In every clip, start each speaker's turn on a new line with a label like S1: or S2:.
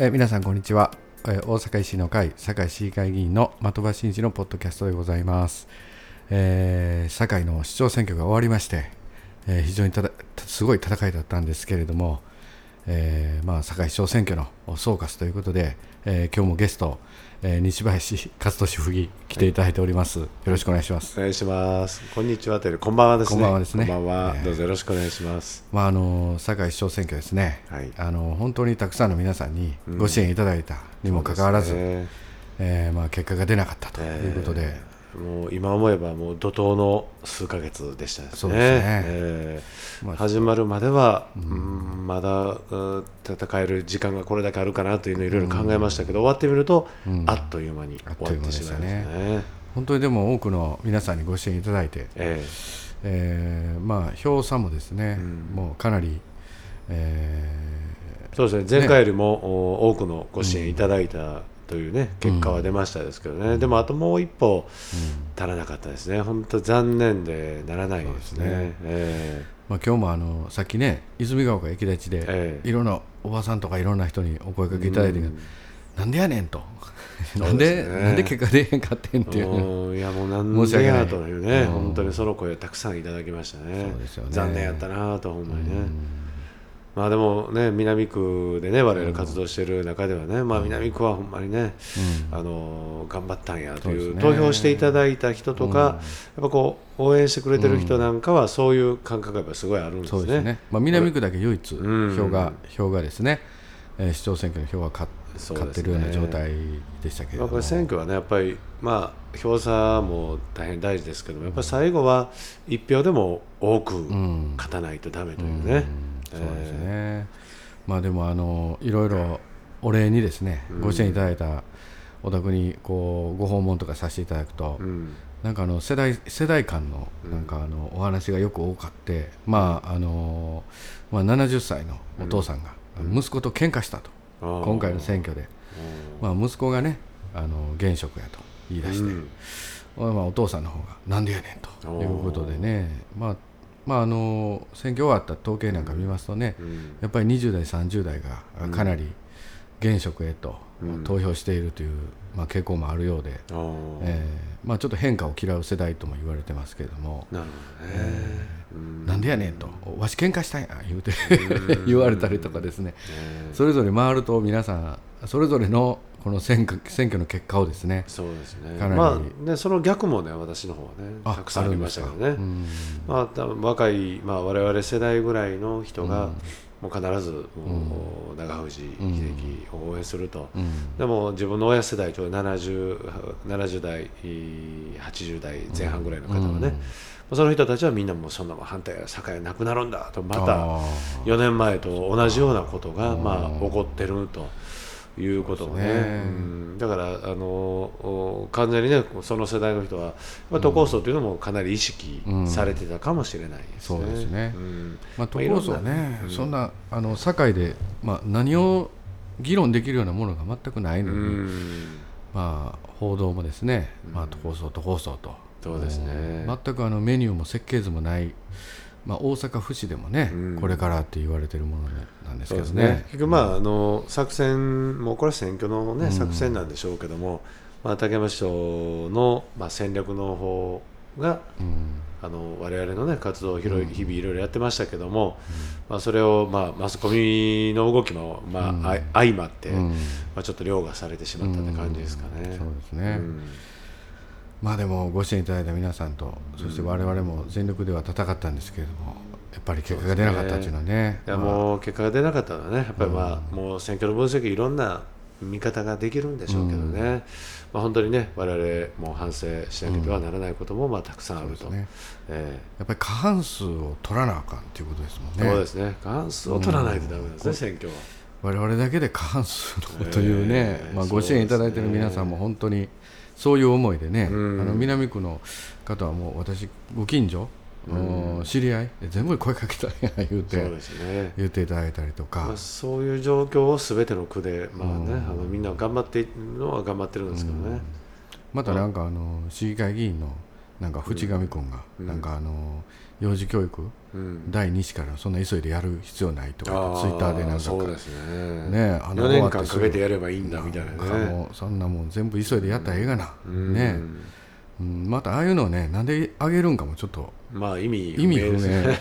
S1: 皆さんこんにちは。大阪維新の会堺市議会議員の的場真一のポッドキャストでございます。堺の市長選挙が終わりまして、非常にすごい戦いだったんですけれども、堺市長選挙の総括ということで、今日もゲスト、西林勝利府議来ていただいております。よろしくお願いします。
S2: お願いします。こんにちはというこんばんはですね。
S1: こんばんはですね。
S2: こんばんは。どうぞよろしくお願いします。
S1: 堺市長選挙ですね、
S2: はい、
S1: 本当にたくさんの皆さんにご支援いただいたにもかかわらず、結果が出なかったということで、
S2: もう今思えばもう怒涛の数ヶ月でしたですね。
S1: そうですね。
S2: 始まるまでは、まだ戦える時間がこれだけあるかなというのをいろいろ考えましたけど、終わってみると、あっという間に終わってしまいましたね。
S1: 本当にでも多くの皆さんにご支援いただいて、票差もですね、もうかなり、
S2: そうですね、前回よりも多くのご支援いただいたというね、結果は出ましたですけどね、でもあともう一歩足らなかったですね。本当残念でならないですね。
S1: 今日もさっきね、泉ヶ丘駅立ちで、いろんなおばさんとかいろんな人にお声かけいただいて、なんでやねんとなんで結果出へんかってんっていう、
S2: いやもうなんでやというね、本当にその声をたくさんいただきましたね。
S1: そうですよね。
S2: 残念やったなと、ほんまにね。でもね、南区でね我々活動している中ではね、南区はほんまにね、頑張ったんやという、投票していただいた人とか、やっぱこう応援してくれてる人なんかはそういう感覚がやっぱすごいあるんですね。
S1: そうですね。南区だけ唯一票がですね、市長選挙の票が勝ってるような状態でしたけれども、
S2: これ選挙はねやっぱり票差も大変大事ですけども、やっぱり最後は一票でも多く勝たないとダメというね。
S1: そうですね。でもいろいろお礼にですね、ご支援いただいたお宅にこうご訪問とかさせていただくと、なんか世代間のなんかお話がよく多かって、70歳のお父さんが息子と喧嘩したと、今回の選挙で、息子がね現職やと言い出して、お父さんの方がなんでやねんということでね、選挙終わった統計なんか見ますとね、やっぱり20代30代がかなり現職へと投票しているという、傾向もあるようで、ちょっと変化を嫌う世代とも言われてますけれども、なんでやねんと、わし喧嘩したんや言うて言われたりとかですね、それぞれ回ると皆さんそれぞれのこの選挙の結果をですね、
S2: そうですね、
S1: かなり
S2: その逆もね、私の方はねたくさんありましたけどね。若い、我々世代ぐらいの人が、もう必ず長藤秀樹を応援すると、でも自分の親世代と70代80代前半ぐらいの方はね、その人たちはみんなもうそんな反対や堺なくなるんだと、また4年前と同じようなことが起こってるということもね、だから完全にねその世代の人は都構想というのもかなり意識されてたかもしれないですね。
S1: そうですね。都構想ね、そんな堺で何を議論できるようなものが全くないのに、報道もですね、都構想と、
S2: そうですね、
S1: 全くメニューも設計図もない、大阪府市でもね、これからって言われているものなんですけどね。
S2: 結局作戦もこれは選挙の、作戦なんでしょうけども、竹山市長の、戦略の方が、我々の、活動を日々いろいろやってましたけども、それを、マスコミの動きも、相まって、ちょっと凌駕されてしまったって感じですかね。
S1: そうですね。でもご支援いただいた皆さんと、そして我々も全力では戦ったんですけれども、やっぱり結果が出なかったっていうのはね。
S2: もう結果が出なかったのはね、やっぱりもう選挙の分析いろんな見方ができるんでしょうけどね、本当にね我々も反省しなければならないこともたくさんあると、や
S1: っぱり過半数を取らなあかんっていうことですもんね。
S2: そうですね、過半数を取らないとダメですね、選挙は。
S1: 我々だけで過半数のというね、ご支援いただいている皆さんも本当にそういう思いでね、南区の方はもう私ご近所、知り合いで全部声かけたんや言うて、言っていただいたりとか、
S2: そういう状況を全ての区で、みんな頑張っているのは頑張ってるんですけどね。
S1: またなんか市議会議員のなんか淵上君が、なんか幼児教育、第2子からそんな急いでやる必要ないとかツイッターでなんか
S2: そうですね、
S1: 4
S2: 年間かけてやればいいんだみたいなね、
S1: もうそんなもん全部急いでやったらええがな、ね、またああいうのをねなんであげるんかもちょっと
S2: まあ意味
S1: 不明ですね、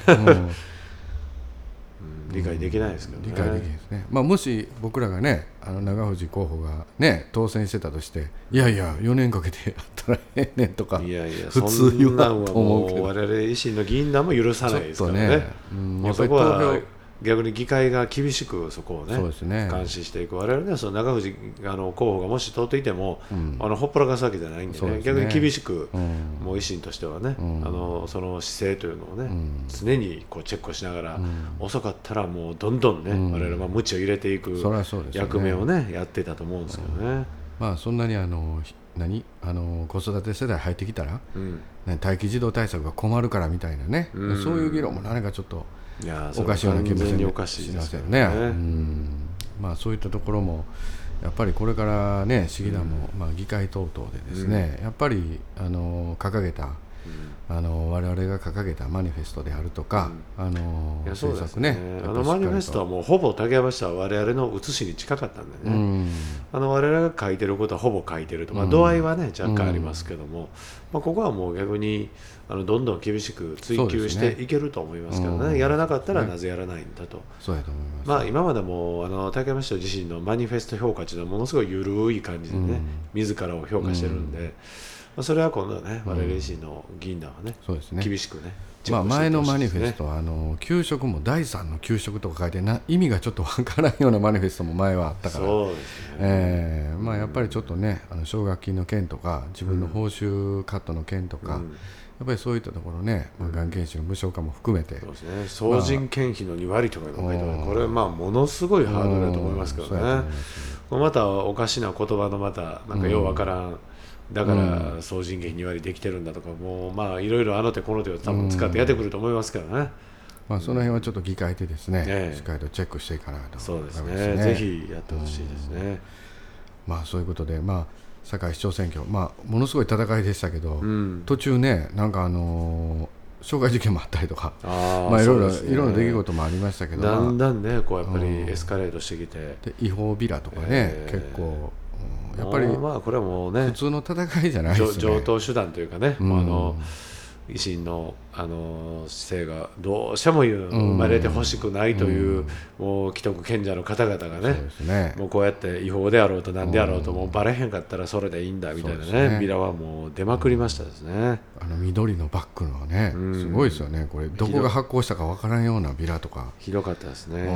S2: 理解できないですけどね。
S1: 理解できないですね。まあ、もし僕らがね長藤候補がね当選してたとしていやいや4年かけてやったらええねんとか普通言うと思うけど
S2: 我々維新の議員団も許さないですからね。
S1: やっぱり
S2: そこは逆に議会が厳しくそこをね
S1: そうですね
S2: 監視していく。我々はその長藤候補がもし通っていても、ほっぽらかすわけじゃないんでね、逆に厳しく、もう維新としてはね、その姿勢というのをね、常にこうチェックしながら、遅かったらもうどんどんね、我々は鞭を入れていく役目をねやっていたと思うんですけどね。
S1: まあそんなに子育て世代入ってきたら、待機児童対策が困るからみたいなね、そういう議論も何かちょっとおかしいような気もしますよね。まあそういったところもやっぱりこれからね市議団もまあ議会等々でですね、やっぱり掲げた我々が掲げたマニフェストであるとか、政策ね、
S2: マニフェストはもうほぼ竹山氏は我々の写しに近かったんでね、我々が書いてることはほぼ書いてると、度合いはね若干ありますけども、ここはもう逆にどんどん厳しく追求していけると思いますけどね、やらなかったらなぜやらないんだと。
S1: そうやと思います。
S2: 今までも竹山市長自身のマニフェスト評価というのはものすごい緩い感じでね、自らを評価してるんで、それは今度はね我々維新の議員団はね、厳しくね
S1: 前のマニフェストは給食も第3の給食とか書いて意味がちょっとわからんようなマニフェストも前はあったから、
S2: そうですね、
S1: やっぱりちょっとね奨学金の件とか自分の報酬カットの件とか、やっぱりそういったところね、がん検診の無償化も含めて、
S2: そうですね、総人件費の2割とか書いてある、これはものすごいハードルだと思いますけどね。またおかしな言葉のまたなんかようわからん、だから総人件費2割できてるんだとか、もういろいろあの手この手を多分使ってやってくると思いますけどね。
S1: その辺はちょっと議会でですね、しっかりとチェックしていかないと。
S2: そうですね、ぜひやってほしいですね。
S1: そういうことで堺市長選挙、ものすごい戦いでしたけど、途中ねなんか傷害事件もあったりとか、いろいろな出来事もありましたけど、
S2: だんだんねこうやっぱりエスカレートしてきて、
S1: で違法ビラとかね、結構やっぱり
S2: これはもうね
S1: 普通の戦いじゃないですね。
S2: 常套手段というかね、維新の姿勢がどうしても生まれてほしくないという、もう既得権者の方々がね、もうこうやって違法であろうと何であろうと、もうバレへんかったらそれでいいんだみたいなね、ビラはもう出まくりましたですね。
S1: 緑のバッグのね、すごいですよね。これどこが発行したかわからんようなビラとか
S2: ひどかったですね。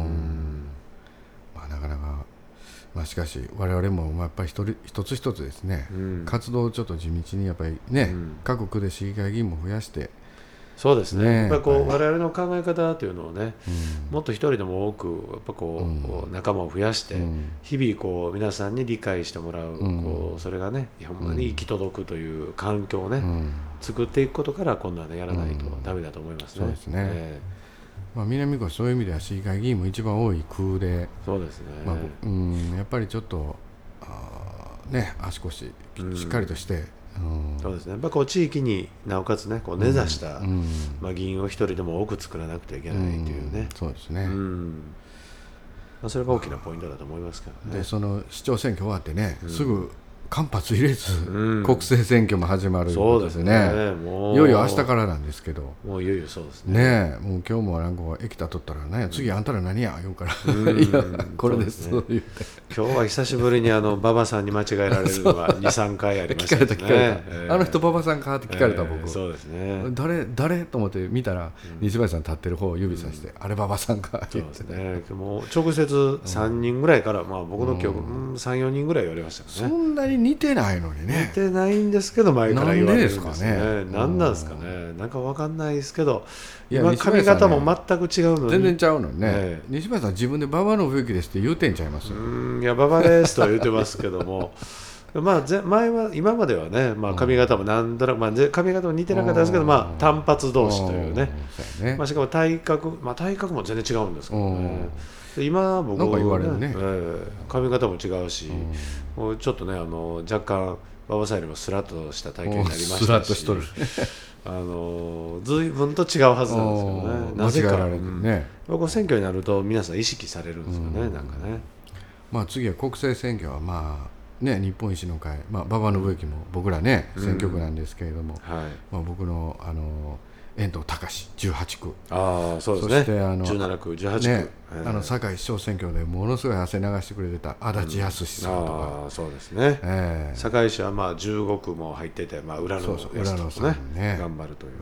S1: なかなかしかし我々もやっぱり一つ一つですね、活動をちょっと地道にやっぱりね、各区で市議会議員も増やして、
S2: そうですね、やっぱり我々の考え方というのをね、もっと一人でも多くやっぱ仲間を増やして、日々皆さんに理解してもらう、それがねほんまに行き届くという環境をね、作っていくことから今度はねやらないとダメだと思いますね。
S1: そうですね。南区はそういう意味では市議会議員も一番多い区で、
S2: そうです
S1: ね、やっぱりちょっと足腰しっかりとして、
S2: そうですね、やっぱ地域になおかつね根ざした、議員を一人でも多く作らなくてはいけないというね、
S1: そうですね、
S2: それが大きなポイントだと思いますけどね。
S1: でその市長選挙終わってね、すぐ間髪入れず、国政選挙も始まるということですね。いよいよ明日からなんですけど、
S2: もういよいよそうですね。
S1: もう今日もなんか駅田取ったらね、次あんたら何や言うから、いやこれですと言って、
S2: 今日は久しぶりに馬場さんに間違えられるのが 2,3 回ありましたね。
S1: 聞かれた、あの人馬場さんかって聞かれた僕、
S2: そうですね、
S1: 誰と思って見たら、西林さん立ってる方を指さして、あれ馬場さんかって言って、
S2: もう直接3人ぐらいから、僕の記憶、3、4人ぐらい言われましたね。
S1: そんなに似てないのにね。
S2: 似てないんですけど前から言われるんですね。
S1: なん
S2: なんですかね。なんかわかんないですけど、今髪型も全く違うのに。
S1: 全然ちゃうのにね。西林さん自分で馬場の雰囲気ですって言うてんちゃいます？
S2: いや馬場ですとは言ってますけども。前は今まではね、髪型もなんだろう、髪型も似てなかったですけど、単発同士というね、しかも体格も全然違うんですけどね。今僕
S1: なんか言われるね、
S2: 髪型も違うし、ちょっとね若干馬場さんよりもスラッとした体型になりましたし、
S1: スラッとしとる
S2: 随分と違うはずなんですよね。なぜか、
S1: 間違えられてるね、
S2: 選挙になると皆さん意識されるんですよね、なんかね。
S1: まあ、次は国政選挙はまあね、日本維新の会、まあ、馬場伸幸も僕らね、選挙区なんですけれども、まあ、僕の遠藤隆18区、
S2: そうですね、そして17区18区、
S1: ね、堺市長選挙でものすごい汗流してくれてた足立康史さんとか、
S2: そうですね、堺市はまあ15区も入ってて、まあ、浦野さんね、頑張るという、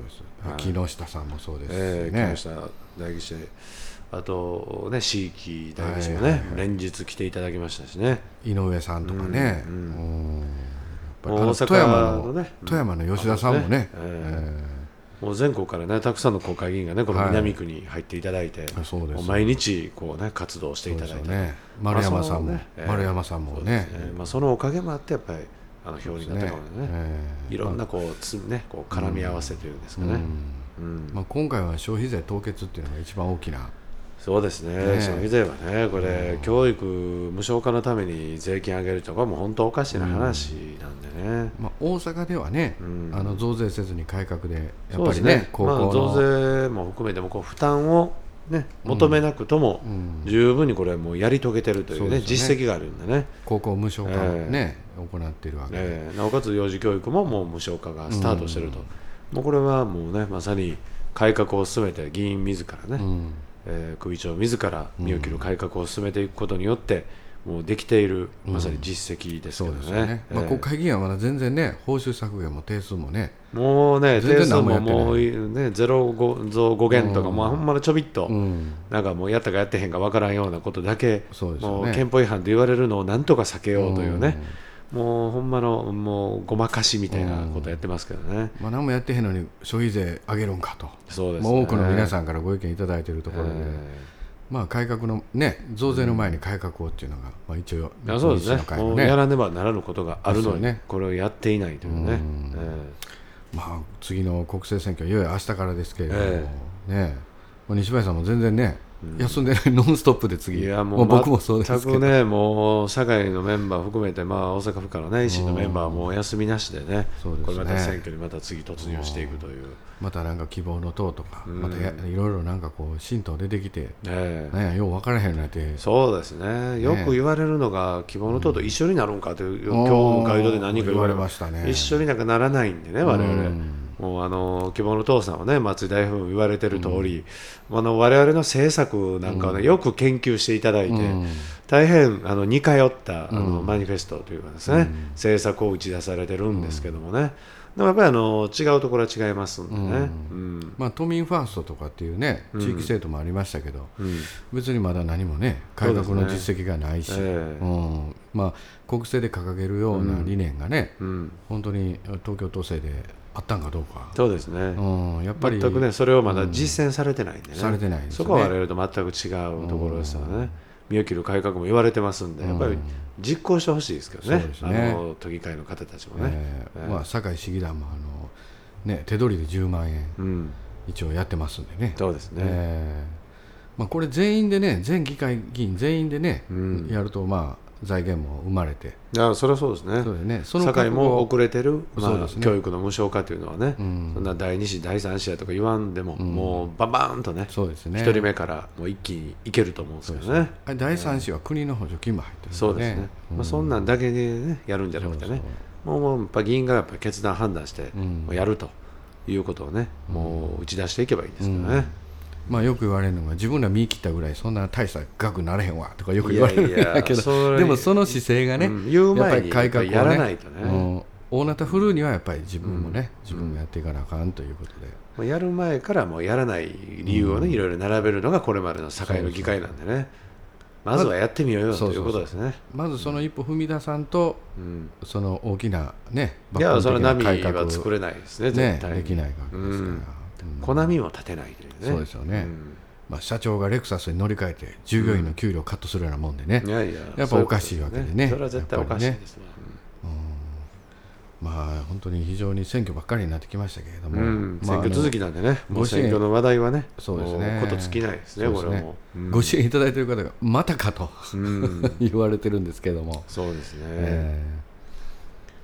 S1: 木下さんもそうですしね、
S2: 木下代議士、あとね、椎木代議士もね、連日来ていただきましたしね、
S1: 井上さんとかね、
S2: 大阪のね、
S1: 富山の吉田さんもね、
S2: もう全国からね、たくさんの国会議員がね、この南区に入っていただいて、毎日こうね、活動していただいて、
S1: 丸山さんもね、
S2: そのおかげもあってやっぱり表になったかもね、いろんなこう絡み合わせというんですかね。
S1: まあ今回は消費税凍結っていうのが一番大きな。
S2: そうですね、消費税はね、これ、教育無償化のために税金上げるとかも本当おかしな話なんでね、
S1: まあ、大阪ではね、増税せずに改革でやっぱり
S2: ね、増税も含めてもこう負担を、ね、求めなくとも十分にこれもうやり遂げてるというね、実績があるんでね、
S1: 高校無償化をね、行っているわけで、
S2: なおかつ幼児教育ももう無償化がスタートしてると、もうこれはもうね、まさに改革を進めて議員自らね、首長自ら身を切る改革を進めていくことによってもうできているまさに実績ですけどね。
S1: まあ、国会議員はまだ全然ね、報酬削減も定数もね、
S2: もうね、定数ももうね、ゼロ増5減とか、もうほんまにちょびっと、なんかもうやったかやってへんかわからんようなことだけ、もう憲法違反と言われるのをなんとか避けようというね、もうほんまのもうごまかしみたいなことやってますけどね。
S1: まあ、何もやってへんのに消費税上げるんかと、
S2: そうですね、
S1: もう多くの皆さんからご意見いただいているところで、まあ、改革のね、増税の前に改革をっていうのが、まあ、一応
S2: そうですね、もうやらねばならぬことがあるのに、これをやっていないというね。
S1: まあ、次の国政選挙いよいよ明日からですけれども、ね、西林さんも全然ね、休んでない、ノンストップで次、
S2: いやもう
S1: 僕もそうですけど、
S2: ね、もう堺のメンバー含めて、まあ、大阪府からね、維新のメンバーはもう休みなしでね、これまた選挙にまた次突入していくという、
S1: またなんか希望の党とか、またいろいろなんかこう新党出てきて、よう分からへんようになって、
S2: そうですね、よく言われるのが、希望の党と一緒になるんかという、今日もガイドで何人か言われましたね、一緒になんかならないんでね、我々。もう希望の党さんはね、松井代表も言われてる通り、我々の政策なんかをね、よく研究していただいて、大変似通ったマニフェストというかですね、政策を打ち出されてるんですけどもね、でもやっぱり違うところは違いますんでね、
S1: まあ、都民ファーストとかっていうね、地域政党もありましたけど、別にまだ何もね、改革の実績がないし、まあ、国政で掲げるような理念がね、本当に東京都政であったんかどうか、
S2: そうですね、
S1: やっぱり
S2: 全くね、それをまだ実践されてないんでね、
S1: されてないんですね、
S2: そこは我々と全く違うところですよね。身を切る改革も言われてますんで、やっぱり実行してほしいですけどね、都議会の方たちもね。
S1: まあ、堺市議団もね、手取りで10万円、一応やってますんでね。
S2: そうですね、
S1: まあ、これ全員でね、全議会議員全員でね、やると、まあ財源も生まれて、
S2: それはそうですね、堺も遅れてる、教育の無償化というのはね、そんな第2子、第3子やとか言わんでも、もうバンバーンとね、1人目からもう一気にいけると思うんですけどね、
S1: 第3子は国の補助金も入ってるんでね、
S2: そうですね、そんなんだけで、ね、やるんじゃなくてね、もうやっぱ議員がやっぱ決断、判断してやるということをね、もう打ち出していけばいいんですけどね。
S1: まあ、よく言われるのが、自分ら見切ったぐらいそんな大した額になれへんわとかよく言われるんだけど、でもその姿勢がね、
S2: 言う前にやっぱりやらないとね、
S1: 大なた振るにはやっぱり自分もね、自分もやっていかなあかんということで、
S2: やる前からもうやらない理由をね、いろいろ並べるのがこれまでの堺の議会なんでね、まずはやってみようよということですね。
S1: まずその一歩踏み出さんと、その大きなね、
S2: いや、その波は作れないですね、絶対
S1: できないわけですから、
S2: 小波も立てないというね。
S1: そうですよね、まあ、社長がレクサスに乗り換えて従業員の給料をカットするようなもんでね、やっぱおかしいわけでね、
S2: それは絶対おかしいですね。
S1: まあ、本当に非常に選挙ばっかりになってきましたけれども、
S2: 選挙続きなんでね、もう選挙の話題はね、そうですね、こと尽きないですね、これも。
S1: ご支援いただいている方がまたかと言われてるんですけれども、
S2: そうですね、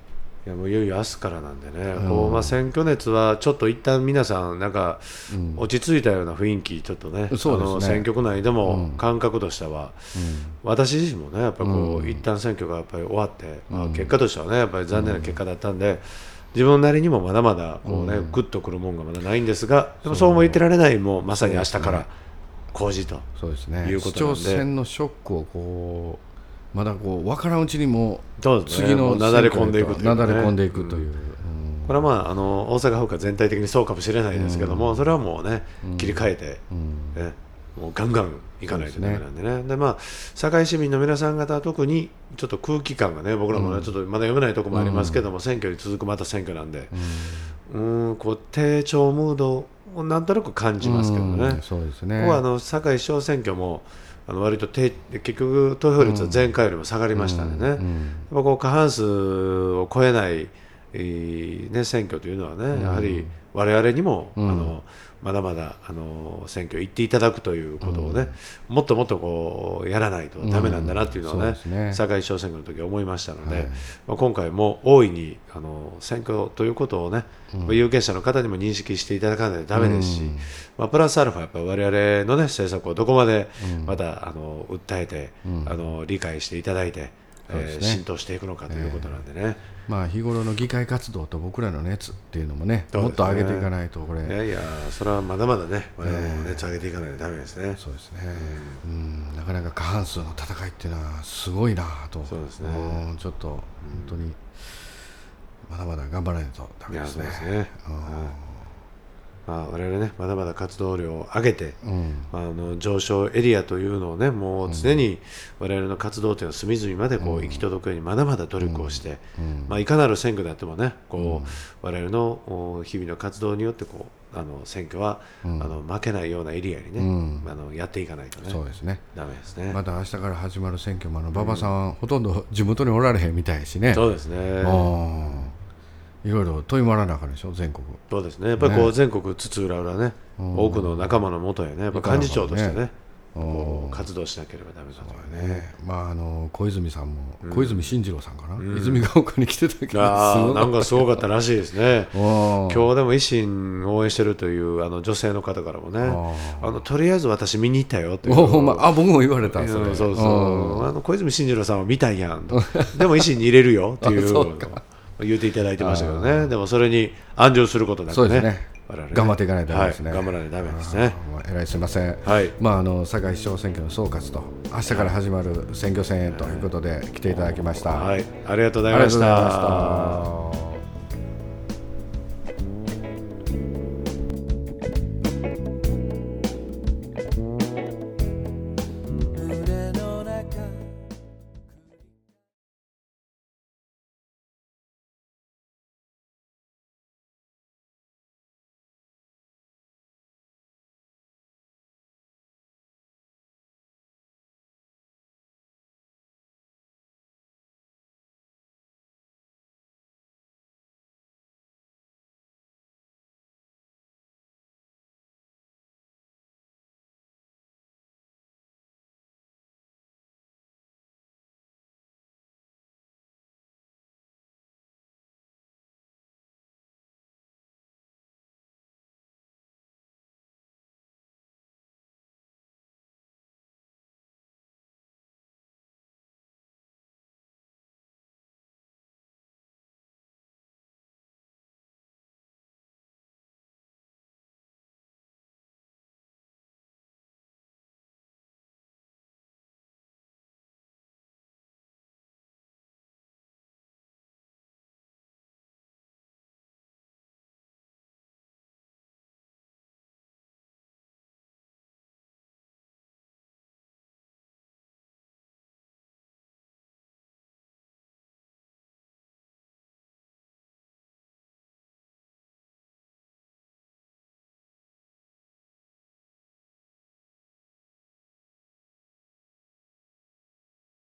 S2: いやもういよいよ明日からなんでね、こう選挙熱はちょっと一旦皆さんなんか落ち着いたような雰囲気ちょっとね、選挙区内でも感覚としては、私自身もねやっぱりこう一旦選挙がやっぱり終わって、結果としてはねやっぱり残念な結果だったんで、自分なりにもまだまだこうねグッとくるもんがまだないんですが、でもそうも言ってられない、もうまさに明日から公示ということなんで、
S1: 市長選のショックをこうまだこう分からんうちにも次の
S2: なだれ込んでいくという、
S1: なだれ込んでいくという、
S2: これはまあ大阪府下全体的にそうかもしれないですけども、それはもうね切り替えて、もうガンガンいかないとダメなんでね。でまあ堺市民の皆さん方は特にちょっと空気感がね、僕らもねちょっとまだ読めないところもありますけども、選挙に続くまた選挙なんで、こう低調ムードをなんとなく感じますけどね。
S1: そうですね。
S2: ここは堺市長選挙も割と結局投票率は前回よりも下がりましたんでね、こう過半数を超えない、選挙というのはね、やはり我々にも、まだまだ選挙行っていただくということをね、もっともっとこうやらないとダメなんだなっていうのはね、堺市長選挙の時は思いましたので、今回も大いに選挙ということをね、有権者の方にも認識していただかないとダメですし、プラスアルファやっぱり我々のね政策をどこまでまた訴えて理解していただいて、浸透していくのかということなんでね。
S1: 日頃の議会活動と僕らの熱っていうのもね、もっと上げていかないとこれ。
S2: いやそれはまだまだね、我々も熱上げていかないとダメですね。
S1: そうですね。なかなか過半数の戦いっていうのはすごいなと。そうですね。ちょっと本当にまだまだ頑張らないとダメですね。そうですね。
S2: 我々ねまだまだ活動量を上げて、上昇エリアというのをねもう常に我々の活動というのは隅々までこう行き届くようにまだまだ努力をして、いかなる選挙であってもねこう我々の日々の活動によってこう選挙は負けないようなエリアにねやっていかないとね。
S1: そうですね。
S2: ダメですね。
S1: また明日から始まる選挙も馬場さんはほとんど地元におられへんみたいしね。
S2: そうですね。
S1: いろいろ問い回らなあかんでしょ、全国。
S2: そうですね。やっぱりこう全国津々浦々ね、多くの仲間のもとへね、やっぱ幹事長としてね、活動しなければダメだと
S1: ね。小泉さんも、小泉進次郎さんかな、泉ヶ丘に来てたけど、
S2: なんかすごかったらしいですね。今日でも維新を応援してるという女性の方からもね、とりあえず私見に行ったよという。
S1: 僕も言われたんですよ。
S2: そう小泉進次郎さんは見たいやんと。でも維新に入れるよっていう。言っていただいてましたけどね。でもそれに安住することなくね、
S1: 頑張っていかないとダメですね。
S2: 頑張らないとダメですね。
S1: えらいすみません。堺市長選挙の総括と明日から始まる選挙戦ということで来ていただきました。
S2: ありがとうございました。